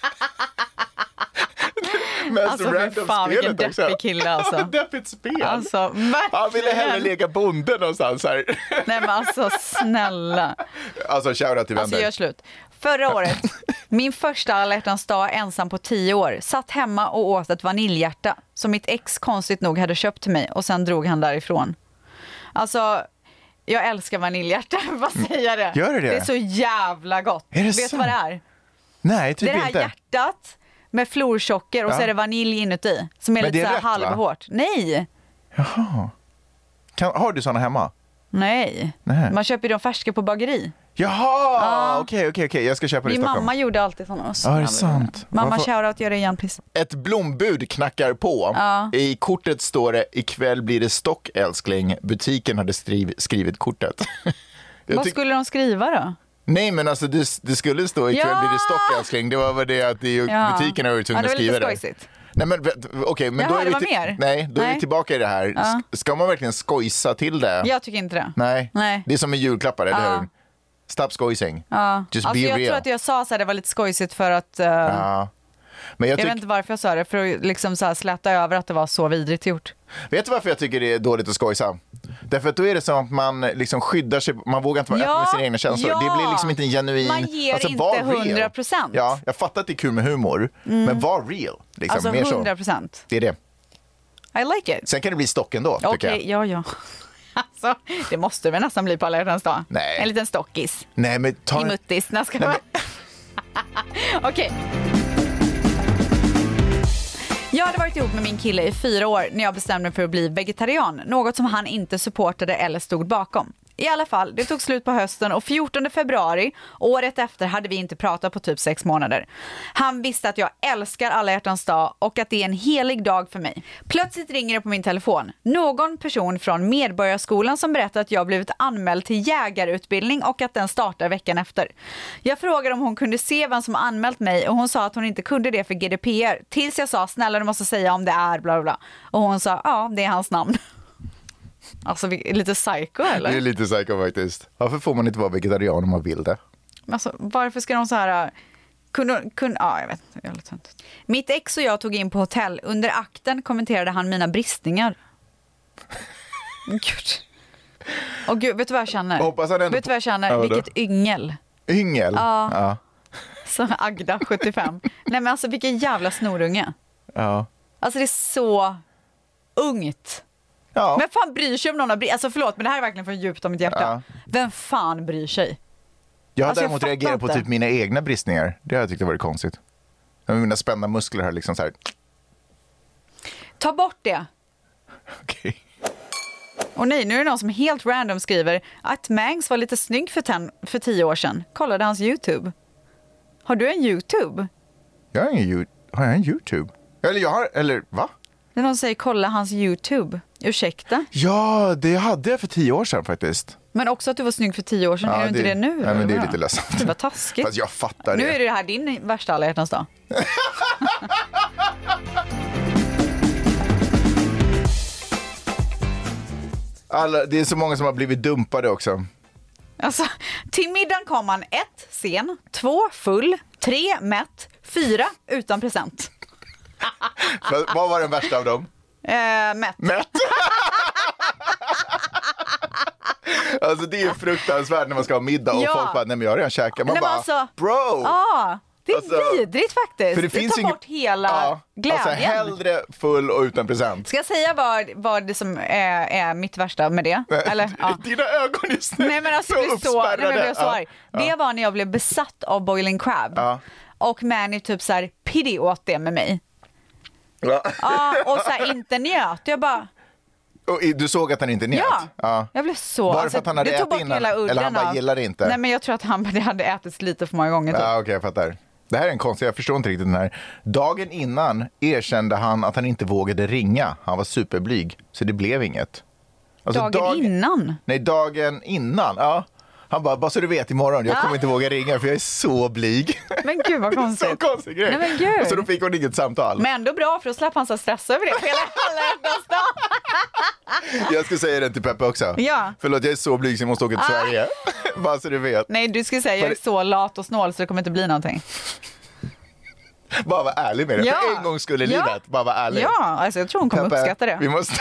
Alltså för fan vilken deppig kille alltså. Deppigt spel. Alltså, han ville hellre leka bonde någonstans här. Nej men alltså snälla. Alltså shoutout till vänner. Alltså gör slut. Förra året, min första alla hjärtans dag ensam på tio år, satt hemma och åt ett vaniljhjärta som mitt ex konstigt nog hade köpt till mig och sen drog han därifrån. Alltså, jag älskar vaniljhjärta, vad säger det? Gör det? Det är så jävla gott. Är det Vet så? du vad det är? Nej, typ inte. Det här inte. hjärtat med florsocker och ja. Så är det vanilj inuti som är men lite är så här rätt, halvhårt. Nej. Jaha. Kan, har du såna hemma? Nej. Nej. Man köper ju de färska på bageri. Jaha, okej, okej, okej. Jag ska köpa det i Min Stockholm. mamma gjorde alltid såna. Ja, det är sant. Mamma, Varför... shoutout, gör det igen, please. Ett blombud knackar på. Ja. I kortet står det, ikväll blir det stock, älskling. Butiken hade skriv, skrivit kortet. Vad tyck... skulle de skriva då? Nej, men alltså det, det skulle stå, ikväll ja! blir det stock, älskling. Det var väl det att det, ja. butiken har varit tvungen att skriva det. Ja, det var lite skojsigt. Nej, men okej, okay, men Jaha, då är vi det var till... mer? Nej, då Nej. är vi tillbaka i det här. Ja. Ska man verkligen skojsa till det? Jag tycker inte det. Nej. Nej. Det är som en julklappar, eller ja. hur? Stop skojsing. Ja. Just alltså, be jag real. tror att jag sa så här, det var lite skojsigt för att... Uh... Ja. Men jag, jag tyck... vet inte varför jag sa det, för att liksom så här släta över att det var så vidrigt gjort. Vet du varför jag tycker det är dåligt att skojsa? Därför att då är det som att man liksom skyddar sig, man vågar inte vara ja, öppen med sina egna känslor. Ja. Det blir liksom inte en genuin... Man ger alltså, inte hundra procent. Ja, jag fattar att det är kul med humor, mm. men var real. Liksom, alltså mer hundra procent. Så. Det är det. I like it. Sen kan det bli stocken då, okay, tycker jag. Ja, ja. Alltså, det måste väl nästan bli på alla hjärtans dag. Nej. En liten stockis. Nej, men ta... I muttis. Nej, ska Nej, men... Okej. Okay. Jag hade varit ihop med min kille i fyra år när jag bestämde mig för att bli vegetarian. Något som han inte supportade eller stod bakom. I alla fall, det tog slut på hösten och fjortonde februari, året efter, hade vi inte pratat på typ sex månader. Han visste att jag älskar alla hjärtans dag och att det är en helig dag för mig. Plötsligt ringer det på min telefon. Någon person från Medborgarskolan som berättar att jag blivit anmäld till jägarutbildning och att den startar veckan efter. Jag frågade om hon kunde se vem som anmält mig och hon sa att hon inte kunde det för G D P R. Tills jag sa, snälla du måste säga om det är bla bla bla. Och hon sa, ja det är hans namn. Alltså lite psycho eller? Det är lite psycho faktiskt. Varför får man inte vara vegetarian om man vill det? Alltså varför ska de så här kunna, kunna ja jag vet inte, jag är lite tönt. Mitt ex och jag tog in på hotell. Under akten kommenterade han mina bristningar. Gud. Och gud, vet du vad jag känner? Hoppas han ändå... Vet du vad jag känner? Ja, vilket yngel. Yngel? Ja. Ja. Så Agda sjuttiofem. Nej men alltså vilken jävla snorunge. Ja. Alltså det är så ungt. Ja. Men fan bryr sig om någon har bry- Alltså förlåt, men det här är verkligen från djupt av mitt hjärta. Ja. Vem fan bryr sig? Jag har alltså, däremot jag reagerat på inte. typ mina egna bristningar. Det har jag tyckt varit konstigt. Mina spända muskler här liksom så här. Ta bort det. Okej. Okay. Och nej, nu är det någon som helt random skriver att Mangs var lite snygg för, ten- för tio år sedan. Kollade hans YouTube. Har du en YouTube? Jag har ingen YouTube. Har jag en YouTube? Eller jag har, eller va? Det är någon som säger kolla hans YouTube. Ursäkta? Ja, det hade jag för tio år sedan faktiskt. Men också att du var snygg för tio år sedan. Ja, är du inte det nu? Nej, men det är eller? lite ledsamt. Det var taskigt. Fast jag fattar det. Nu är det här din värsta alla hjärtans dag. Alla, det är så många som har blivit dumpade också. Alltså, till middagen kom han ett sen, två full, tre mätt, fyra utan present. Men, vad var den värsta av dem? Eh, mätt. Mätt. Alltså det är ju fruktansvärt när man ska ha middag och Ja. folk bara, nej men jag har redan käkat. Man Nej, men bara, alltså, bro! Ja, det är Alltså, vidrigt faktiskt. För det, det finns tar ingen... bort hela ja, glädjen. Alltså hellre full och utan present. Ska jag säga vad, vad det som är, är mitt värsta med det? Eller, ja. Dina ögon just nu Nej men alltså, så jag blev så, nej, men jag blev så ja. arg. Det var när jag blev besatt av boiling crab. Ja. Och Manny typ så här pity åt det med mig. Ja. Ja, och så här inte njöt. Jag bara... Och i- du såg att han inte njöt? Ja, Ja. jag blev så... Var det för att han hade det tog ätit bort innan? hela udden Eller han bara av- gillade det inte? Nej men jag tror att han det hade ätit lite för många gånger typ. Ja, okej, okay, jag fattar. Det här är en konstig, jag förstår inte riktigt den här. Dagen innan erkände han att han inte vågade ringa. Han var superblyg, så det blev inget. Alltså, Dagen dag- innan? Nej, dagen innan, ja. Han bara, bara så du vet imorgon, jag kommer Ja. inte våga ringa för jag är så blyg. Men gud vad konstigt. Så konstig grej. Nej, men gud. Och så då fick hon inget samtal. Men ändå bra för att släppa han så stressa över det på hela alla hjärtans dag. Jag ska säga det till Peppe också. Ja. Förlåt, jag är så blyg så jag måste åka till Ah. Sverige. Bara så du vet. Nej, du skulle säga jag är så lat och snål så det kommer inte bli någonting. Bara vara ärlig med det. Ja. För en gång skulle i Ja. livet. Bara vara ärlig. Ja, alltså jag tror hon kommer Peppe, uppskatta det. Vi måste...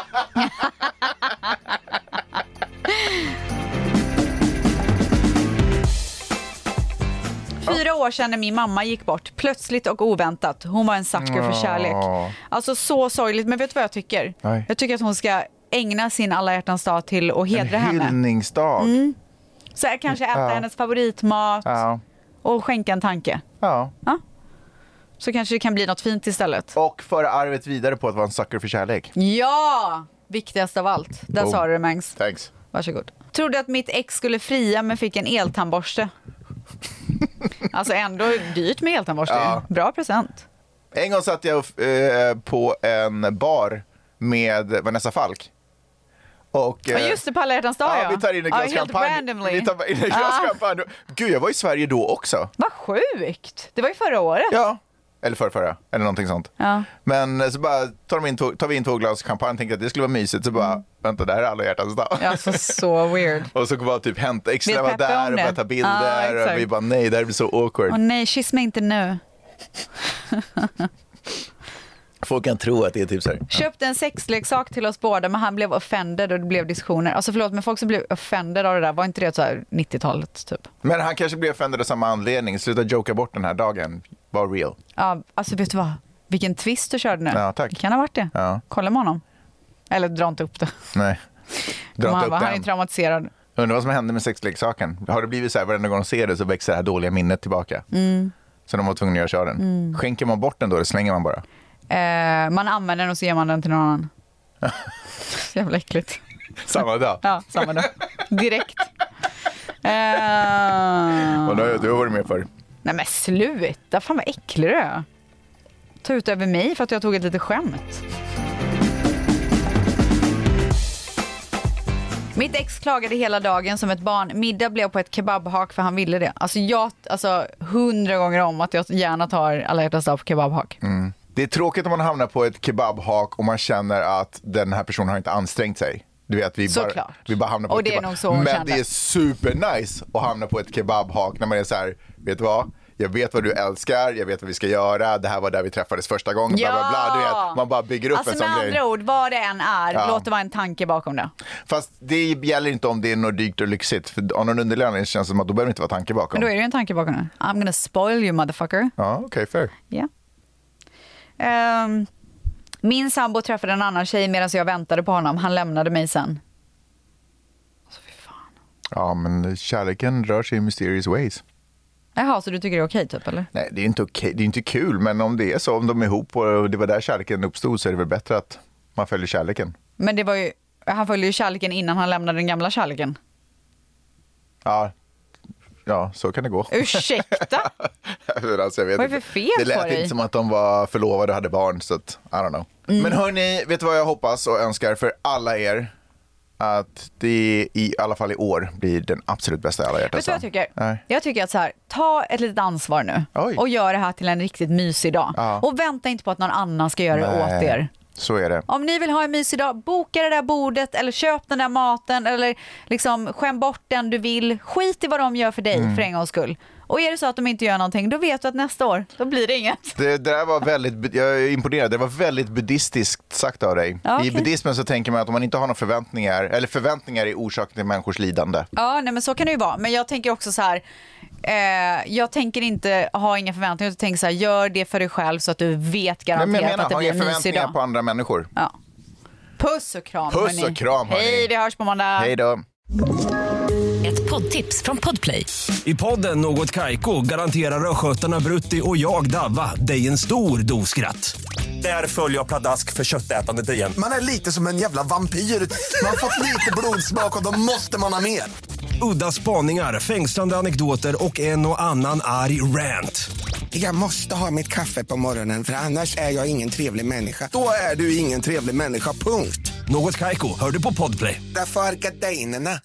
Fyra år sedan när min mamma gick bort, plötsligt och oväntat. Hon var en sucker för kärlek. Alltså så sorgligt, men vet du vad jag tycker? Nej. Jag tycker att hon ska ägna sin alla hjärtans dag till att hedra En henne. hyllningsdag. Mm. Så här, kanske äta Ja. hennes favoritmat Ja. och skänka en tanke. Ja. Ja. Så kanske det kan bli något fint istället. Och föra arvet vidare på att vara en sucker för kärlek. Ja! Viktigast av allt. Där Boom. sa du det, Mangs. Thanks. Varsågod. Trodde att mitt ex skulle fria men fick en eltandborste. Alltså ändå dyrt med eltandborste. Ja. Bra present. En gång satt jag eh, på en bar med Vanessa Falk. Och, Ja, just det, på alla hjärtans dag, ja, ja. vi tar in en Ja, glas helt champagne. randomly. Vi tar in en glas Ja. champagne. Gud, jag var i Sverige då också. Vad sjukt. Det var ju förra året. Ja, eller förra, förra eller någonting sånt. Ja. Men så bara tar, de in två, tar vi in två glas champagne, tänkte att det skulle vara mysigt. Så bara, vänta, det här är alla hjärtans dag. Ja, så, så weird. Och så bara typ hämta extra, Vet var Peppe där om och det? bara ta bilder. Ja, exakt. och vi bara, nej, det här blir så awkward. Åh nej, kyss mig inte nu. Folk kan tro att det är typ så här. Köpte en sexleksak till oss båda men han blev offended och det blev diskussioner. Alltså förlåt, men folk som blev offended av det där, var inte det så här nittiotalet typ? Men han kanske blev offended av samma anledning. Sluta joka bort den här dagen. Var real. Ja, alltså vet du vad? Vilken twist du körde nu. Ja, tack. Det kan ha varit det. Ja. Kolla med honom. Eller dra inte upp det. Nej. Dra Han, inte upp var, han är den. traumatiserad. Undrar vad som hände med sexleksaken. Har det blivit så här, varenda gång de ser det så växer det här dåliga minnet tillbaka? Mm. Så de var tvungna att köra den. Mm. Skänker man bort den då eller slänger man bara? Eh, man använder den och så ger man den till någon annan. Så jävla äckligt. Samma dag? Ja, samma dag. Direkt. Eh, Och då har du varit med för? nej men sluta, fan vad äcklig du är. Ta ut över mig för att jag tog ett litet skämt. Mitt ex klagade hela dagen som ett barn. Middag blev på ett kebabhak för han ville det. Alltså jag, alltså hundra gånger om att jag gärna tar alla hjärtans dag på kebabhak. Mm. Det är tråkigt om man hamnar på ett kebabhak och man känner att den här personen har inte ansträngt sig. Du vet, vi bara, Såklart. vi bara hamnar på Och ett det är kebab. nog så hon Men kände. det är supernice att hamna på ett kebabhak när man är så här, vet du vad? Jag vet vad du älskar, jag vet vad vi ska göra, det här var där vi träffades första gången, Ja! bla, bla, bla. Du vet, man bara bygger upp Alltså en med sån andra grej. ord, vad det än är, Ja. låt det vara en tanke bakom det. Fast det gäller inte om det är något dyrt och lyxigt, för av någon underlig anledning känns det som att då behöver det inte vara tanke bakom. Men då är det ju en tanke bakom det. I'm gonna spoil you motherfucker. Ja, okej, okay, fair. Ja. Ehm, min sambo träffade en annan tjej medan jag väntade på honom. Han lämnade mig sen. Ja, men kärleken rör sig i mysterious ways. Jaha, så du tycker det är okej typ, eller? Nej, det är inte okej, det är inte kul, men om det är så, om de är ihop och det var där kärleken uppstod, så är det väl bättre att man följer kärleken. Men det var ju, han följde ju kärleken innan han lämnade den gamla kärleken. Ja, ja, så kan det gå. Ursäkta? alltså, jag vet Vad är det inte. för fel Det lät på dig? inte som att de var förlovade och hade barn, så att, I don't know. Mm. Men hörni, vet du vad jag hoppas och önskar för alla er att det i alla fall i år blir den absolut bästa i alla hjärtan. Vet du vad jag tycker? Nej. Jag tycker att så här, ta ett litet ansvar nu. Oj. Och gör det här till en riktigt mysig dag. Ja. Och vänta inte på att någon annan ska göra Nej. det åt er. Så är det. Om ni vill ha en mysig dag, boka det där bordet eller köp den där maten eller liksom skäm bort den du vill. Skit i vad de gör för dig Mm. för en gångs skull. Och är det så att de inte gör någonting, då vet du att nästa år, då blir det inget. Det, det där var väldigt, jag är imponerad, det var väldigt buddhistiskt sagt av dig. Ja, I okej. buddhismen så tänker man att om man inte har några förväntningar, eller förväntningar är orsak till människors lidande. Ja, nej men så kan det ju vara. Men jag tänker också så här, eh, jag tänker inte ha inga förväntningar. Jag tänker så här, gör det för dig själv så att du vet garanterat Nej, men jag menar, att det har blir inga en mysig förväntningar dag. på andra människor. Ja. Puss och kram. Puss hörni. och kram, hörni. Hej, vi hörs på måndag. Hej då. Ett poddtips från Podplay. I podden Något Kaiko garanterar östgötarna Brutti och jag Davva dig en stor dos skratt. Där följer jag pladask för köttätandet igen. Man är lite som en jävla vampyr. Man har fått lite blodsmak och då måste man ha mer. Udda spaningar, fängslande anekdoter och en och annan arg rant. Jag måste ha mitt kaffe på morgonen för annars är jag ingen trevlig människa. Då är du ingen trevlig människa, punkt. Något Kaiko, hör du på Podplay. Därför är gardinerna.